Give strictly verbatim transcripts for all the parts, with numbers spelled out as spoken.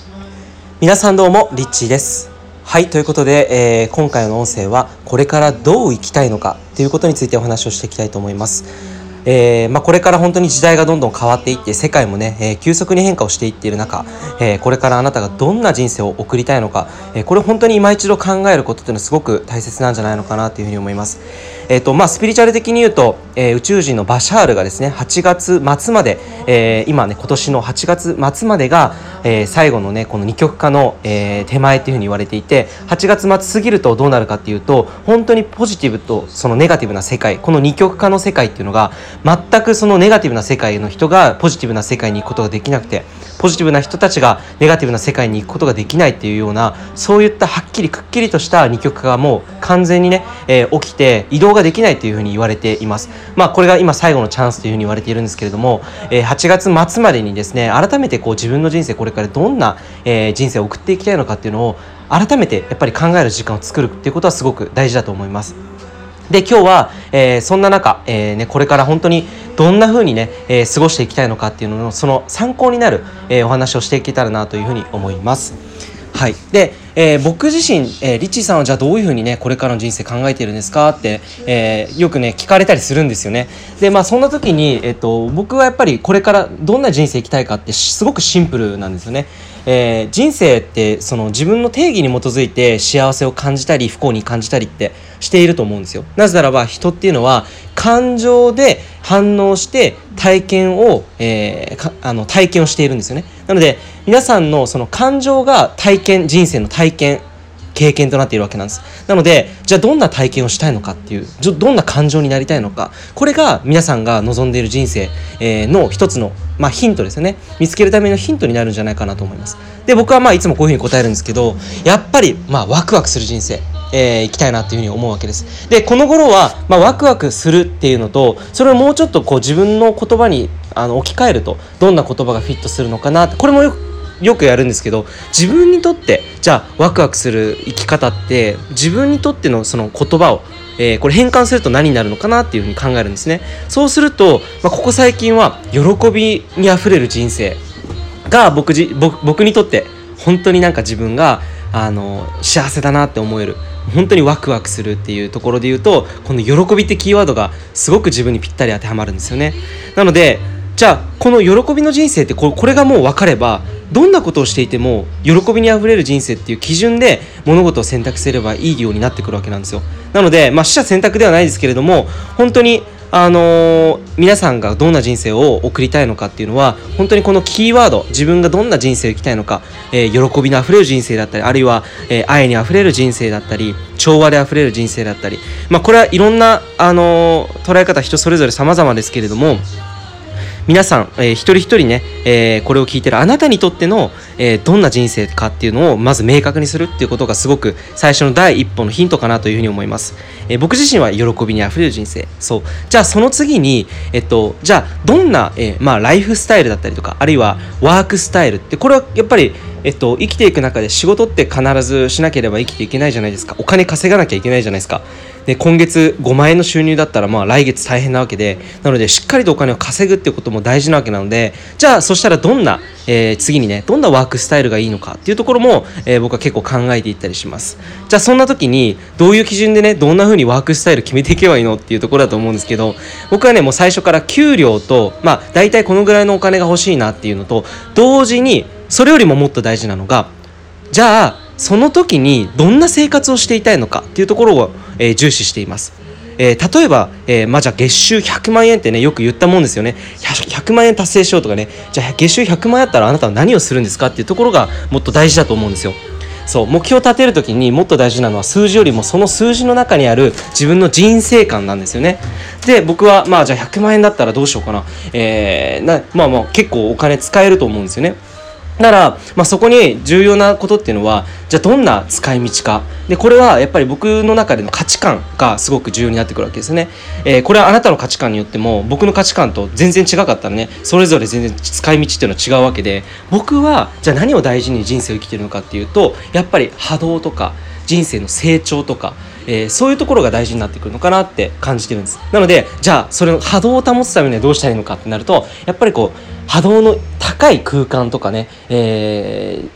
皆さんどうもリッチーです。はい、ということで、えー、今回の音声はこれからどう生きたいのかということについてお話をしていきたいと思います。えーまあ、これから本当に時代がどんどん変わっていって世界もね、えー、急速に変化をしていっている中、えー、これからあなたがどんな人生を送りたいのか、えー、これ本当に今一度考えることっていうのはすごく大切なんじゃないのかなというふうに思います。えーとまあ、スピリチュアル的に言うと、えー、宇宙人のバシャールがですねはちがつ末まで、えー、今ね今年のはちがつ末までが、えー、最後のねこの二極化の、えー、手前っていうふうに言われていて、はちがつ末過ぎるとどうなるかっていうと、本当にポジティブとそのネガティブな世界、この二極化の世界っていうのが全くそのネガティブな世界の人がポジティブな世界に行くことができなくて、ポジティブな人たちがネガティブな世界に行くことができないっていうような、そういったはっきりくっきりとした二極化がもう完全にね、えー、起きて移動ができないというふうに言われています。まあこれが今最後のチャンスというふうに言われているんですけれども、えー、はちがつ末までにですね改めてこう自分の人生これからどんな、えー、人生を送っていきたいのかっていうのを改めてやっぱり考える時間を作るっていうことはすごく大事だと思います。で今日は、えー、そんな中、えーね、これから本当にどんな風にね、えー、過ごしていきたいのかっていうののその参考になる、えー、お話をしていけたらなというふうに思います。はい。で、えー、僕自身、えー、リッチーさんはじゃあどういう風にねこれからの人生考えているんですかって、えー、よくね聞かれたりするんですよね。でまあそんな時に、えっと、僕はやっぱりこれからどんな人生生きたいかってすごくシンプルなんですよね。えー、人生ってその自分の定義に基づいて幸せを感じたり不幸に感じたりってしていると思うんですよ。なぜならば人っていうのは感情で反応して体験を、えー、あの体験をしているんですよね。なので皆さんのその感情が体験、人生の体験経験となっているわけなんです。なのでじゃあどんな体験をしたいのかっていう、どんな感情になりたいのか、これが皆さんが望んでいる人生の一つの、まあ、ヒントですよね。見つけるためのヒントになるんじゃないかなと思います。で僕はまあいつもこういうふうに答えるんですけど、やっぱりまあワクワクする人生えー、行きたいなというふうに思うわけです。でこの頃は、まあ、ワクワクするっていうのと、それをもうちょっとこう自分の言葉にあの置き換えるとどんな言葉がフィットするのかなって、これもよくよくやるんですけど、自分にとってじゃあワクワクする生き方って自分にとってのその言葉を、えー、これ変換すると何になるのかなっていうふうに考えるんですね。そうすると、まあ、ここ最近は喜びにあふれる人生が 僕, じ 僕, 僕にとって本当になんか自分があの幸せだなって思える、本当にワクワクするっていうところで言うと、この喜びってキーワードがすごく自分にぴったり当てはまるんですよね。なのでじゃあこの喜びの人生ってこれがもう分かれば、どんなことをしていても喜びにあふれる人生っていう基準で物事を選択すればいいようになってくるわけなんですよ。なのでまあ取捨選択ではないですけれども、本当にあのー、皆さんがどんな人生を送りたいのかっていうのは、本当にこのキーワード、自分がどんな人生を生きたいのか、えー、喜びにあふれる人生だったり、あるいは、えー、愛にあふれる人生だったり、調和であふれる人生だったり、まあ、これはいろんな、あのー、捉え方人それぞれ様々ですけれども、皆さん、えー、一人一人ね、えー、これを聞いてるあなたにとっての、えー、どんな人生かっていうのをまず明確にするっていうことがすごく最初の第一歩のヒントかなというふうに思います。えー、僕自身は喜びにあふれる人生。そう。じゃあその次に、えっと、じゃあどんな、えー、まあライフスタイルだったりとか、あるいはワークスタイルって、これはやっぱりえっと、生きていく中で仕事って必ずしなければ生きていけないじゃないですか。お金稼がなきゃいけないじゃないですか。で今月ごまんえんの収入だったら、まあ来月大変なわけで、なのでしっかりとお金を稼ぐっていうことも大事なわけなので、じゃあそしたらどんな、えー、次にねどんなワークスタイルがいいのかっていうところも、えー、僕は結構考えていったりします。じゃあそんな時にどういう基準でねどんな風にワークスタイル決めていけばいいのっていうところだと思うんですけど、僕はねもう最初から給料と、まあ大体このぐらいのお金が欲しいなっていうのと同時に、それよりももっと大事なのが、じゃあその時にどんな生活をしていたいのかっていうところを、えー、重視しています。えー、例えば、えーまあ、じゃあ月収ひゃくまんえんってねよく言ったもんですよね。ひゃくまんえん達成しようとかね、じゃあ月収ひゃくまんえんあったらあなたは何をするんですかっていうところがもっと大事だと思うんですよ。そう、目標を立てるときにもっと大事なのは数字よりもその数字の中にある自分の人生観なんですよね。で僕はまあじゃあひゃくまんえんだったらどうしようかな、えー、なまあまあ結構お金使えると思うんですよね。だから、まあ、そこに重要なことっていうのは、じゃあどんな使い道かで、これはやっぱり僕の中での価値観がすごく重要になってくるわけですね。えー、これはあなたの価値観によっても僕の価値観と全然違かったらね、それぞれ全然使い道っていうのは違うわけで、僕はじゃあ何を大事に人生を生きているのかっていうと、やっぱり波動とか人生の成長とか、えー、そういうところが大事になってくるのかなって感じてるんです。なのでじゃあそれの波動を保つためにはどうしたらいいのかってなると、やっぱりこう波動の高い空間とかね、えー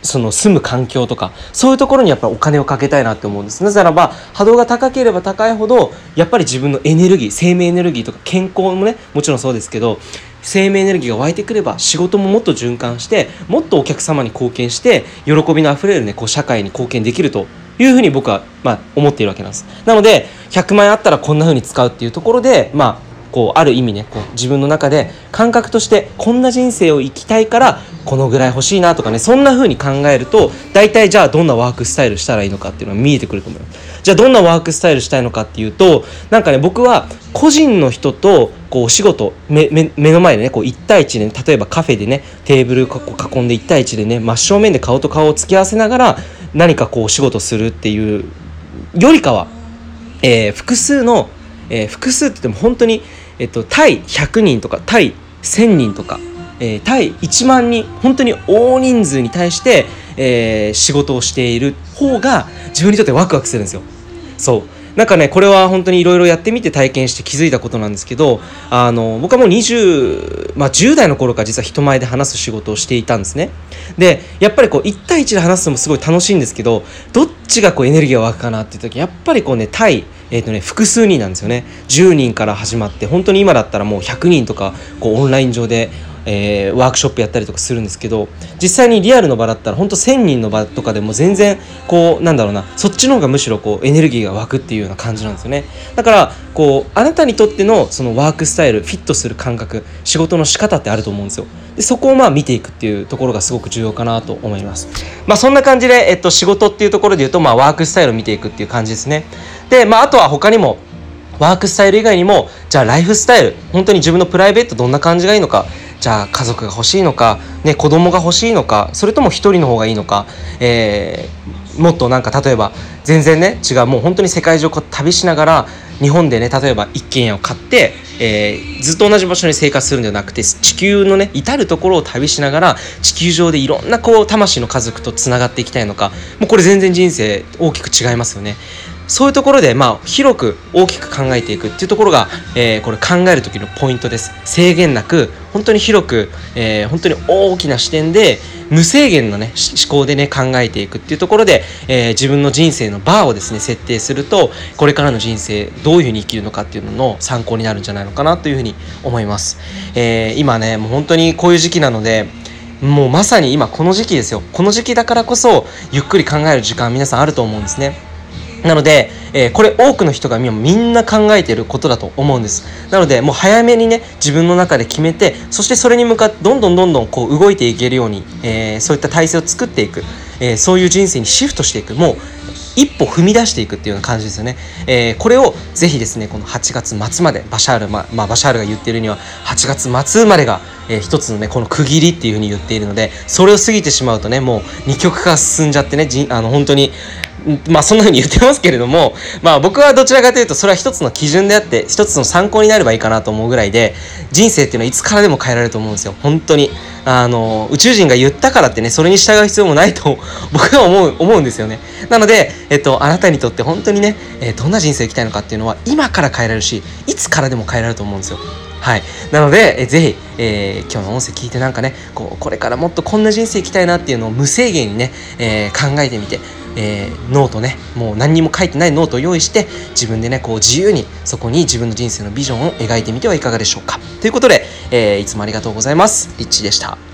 その住む環境とかそういうところにやっぱりお金をかけたいなって思うんです。なぜならば波動が高ければ高いほどやっぱり自分のエネルギー、生命エネルギーとか健康もねもちろんそうですけど、生命エネルギーが湧いてくれば仕事ももっと循環してもっとお客様に貢献して喜びのあふれるねこう社会に貢献できるというふうに僕はまあ思っているわけなんです。なのでひゃくまん円あったらこんなふうに使うっていうところでまあこうある意味ねこう自分の中で感覚としてこんな人生を生きたいからこのぐらい欲しいなとかね、そんな風に考えると大体じゃあどんなワークスタイルしたらいいのかっていうのが見えてくると思います。じゃあどんなワークスタイルしたいのかっていうと、なんかね僕は個人の人とこうお仕事 目, 目, 目の前でねこういち対いちで、ね、例えばカフェでねテーブルを囲んでいち対いちでね真正面で顔と顔を突き合わせながら何かこうお仕事するっていうよりかは、えー、複数の、えー、複数って言っても本当にえっと、対ひゃくにんとか対せんにんとか、えー、対いちまんにん本当に大人数に対して、えー、仕事をしている方が自分にとってワクワクするんですよ。そうなんかねこれは本当にいろいろやってみて体験して気づいたことなんですけど、あの僕はもうにじゅう、まあ、じゅう代の頃から実は人前で話す仕事をしていたんですね。でやっぱりこういち対いちで話すのもすごい楽しいんですけど、どっちがこうエネルギーが湧くかなっていう時やっぱりこうね対えーとね、複数人なんですよね。じゅうにんから始まって本当に今だったらもうひゃくにんとかこうオンライン上で、えー、ワークショップやったりとかするんですけど、実際にリアルの場だったら本当せんにんの場とかでも全然こうなんだろうなそっちの方がむしろこうエネルギーが湧くっていうような感じなんですよね。だからこうあなたにとってのそのワークスタイルフィットする感覚仕事の仕方ってあると思うんですよ。でそこをまあ見ていくっていうところがすごく重要かなと思います。まあそんな感じで、えっと、仕事っていうところで言うと、まあ、ワークスタイルを見ていくっていう感じですね。で、まあ、あとは他にもワークスタイル以外にもじゃあライフスタイル本当に自分のプライベートどんな感じがいいのか、じゃあ家族が欲しいのか、ね、子供が欲しいのか、それとも一人の方がいいのか、えー、もっとなんか例えば全然ね違うもう本当に世界中を旅しながら日本でね例えば一軒家を買って、えー、ずっと同じ場所に生活するんではなくて地球のね至るところを旅しながら地球上でいろんなこう魂の家族とつながっていきたいのか、もうこれ全然人生大きく違いますよね。そういうところで、まあ、広く大きく考えていくっていうところが、えー、これ考える時のポイントです。制限なく本当に広く、えー、本当に大きな視点で無制限の、ね、思考で、ね、考えていくっていうところで、えー、自分の人生のバーをですね設定するとこれからの人生どういうふうに生きるのかっていうのの参考になるんじゃないのかなというふうに思います。えー、今ねもう本当にこういう時期なのでもうまさに今この時期ですよ。この時期だからこそゆっくり考える時間皆さんあると思うんですね。なので、えー、これ多くの人がみんな考えていることだと思うんです。なのでもう早めにね自分の中で決めて、そしてそれに向かってどんどんどんどんこう動いていけるように、えー、そういった体制を作っていく、えー、そういう人生にシフトしていく、もう一歩踏み出していくっていうような感じですよね。えー、これをぜひですねこのはちがつ末までバシャール、ままあ、バシャールが言っているにははちがつ末までが、えー、一つのねこの区切りっていうふうに言っているので、それを過ぎてしまうとねもう二極化が進んじゃってねじあの本当にまあそんな風に言ってますけれども、まあ僕はどちらかというとそれは一つの基準であって一つの参考になればいいかなと思うぐらいで、人生っていうのはいつからでも変えられると思うんですよ。本当にあの宇宙人が言ったからってねそれに従う必要もないと僕は思う思うんですよね。なのでえっとあなたにとって本当にね、えー、どんな人生を生きたいのかっていうのは今から変えられるし、いつからでも変えられると思うんですよ。はい、なのでえぜひ、えー、今日の音声聞いてなんかねこうこれからもっとこんな人生生きたいなっていうのを無制限にね、えー、考えてみて、えー、ノートねもう何にも書いてないノートを用意して自分でねこう自由にそこに自分の人生のビジョンを描いてみてはいかがでしょうか。ということで、えー、いつもありがとうございます。リッチーでした。